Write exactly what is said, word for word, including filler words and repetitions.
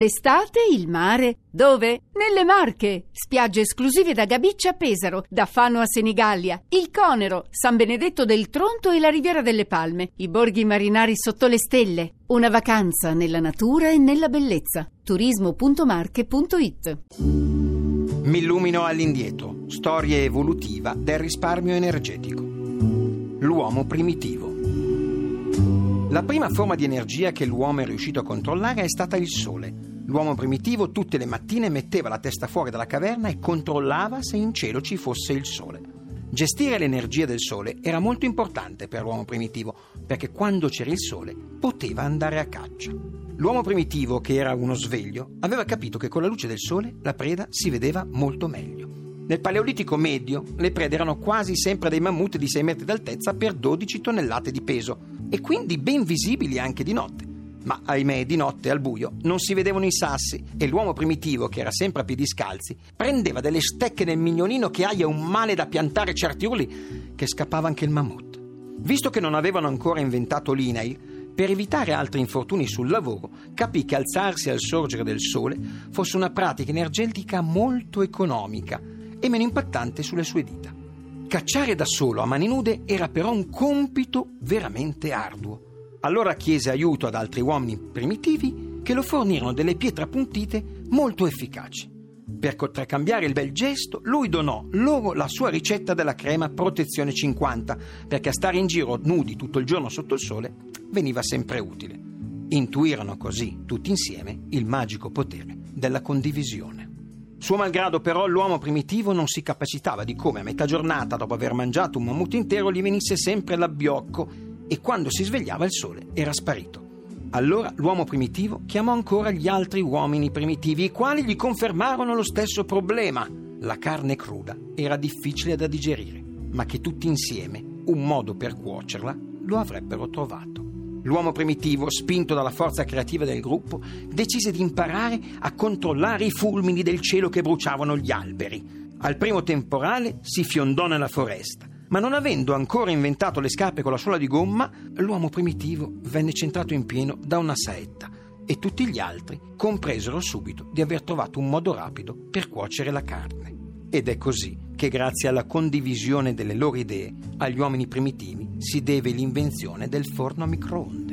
Estate, il mare. Dove? Nelle Marche. Spiagge esclusive da Gabiccia a Pesaro, da Fano a Senigallia, il Conero, San Benedetto del Tronto e la Riviera delle Palme, i borghi marinari sotto le stelle. Una vacanza nella natura e nella bellezza. turismo punto marche punto it. Mi illumino all'indietro. Storia evolutiva del risparmio energetico. L'uomo primitivo. La prima forma di energia che l'uomo è riuscito a controllare è stata il sole. L'uomo primitivo tutte le mattine metteva la testa fuori dalla caverna e controllava se in cielo ci fosse il sole. Gestire l'energia del sole era molto importante per l'uomo primitivo, perché quando c'era il sole poteva andare a caccia. L'uomo primitivo, che era uno sveglio, aveva capito che con la luce del sole la preda si vedeva molto meglio. Nel Paleolitico medio le prede erano quasi sempre dei mammut di sei metri d'altezza per dodici tonnellate di peso e quindi ben visibili anche di notte. Ma ahimè, di notte al buio non si vedevano i sassi e l'uomo primitivo, che era sempre a piedi scalzi, prendeva delle stecche nel mignonino che aia un male da piantare certi urli che scappava anche il mammut. Visto che non avevano ancora inventato l'I N A I L, per evitare altri infortuni sul lavoro, capì che alzarsi al sorgere del sole fosse una pratica energetica molto economica e meno impattante sulle sue dita. Cacciare da solo a mani nude era però un compito veramente arduo. Allora chiese aiuto ad altri uomini primitivi che lo fornirono delle pietre appuntite molto efficaci. Per contraccambiare il bel gesto, lui donò loro la sua ricetta della crema Protezione cinquanta, perché a stare in giro nudi tutto il giorno sotto il sole veniva sempre utile. Intuirono così, tutti insieme, il magico potere della condivisione. Suo malgrado però l'uomo primitivo non si capacitava di come a metà giornata, dopo aver mangiato un mammut intero, gli venisse sempre l'abbiocco e quando si svegliava il sole era sparito. Allora l'uomo primitivo chiamò ancora gli altri uomini primitivi, i quali gli confermarono lo stesso problema. La carne cruda era difficile da digerire, ma che tutti insieme un modo per cuocerla lo avrebbero trovato. L'uomo primitivo, spinto dalla forza creativa del gruppo, decise di imparare a controllare i fulmini del cielo che bruciavano gli alberi. Al primo temporale si fiondò nella foresta, ma non avendo ancora inventato le scarpe con la suola di gomma, l'uomo primitivo venne centrato in pieno da una saetta e tutti gli altri compresero subito di aver trovato un modo rapido per cuocere la carne. Ed è così che grazie alla condivisione delle loro idee agli uomini primitivi si deve l'invenzione del forno a microonde.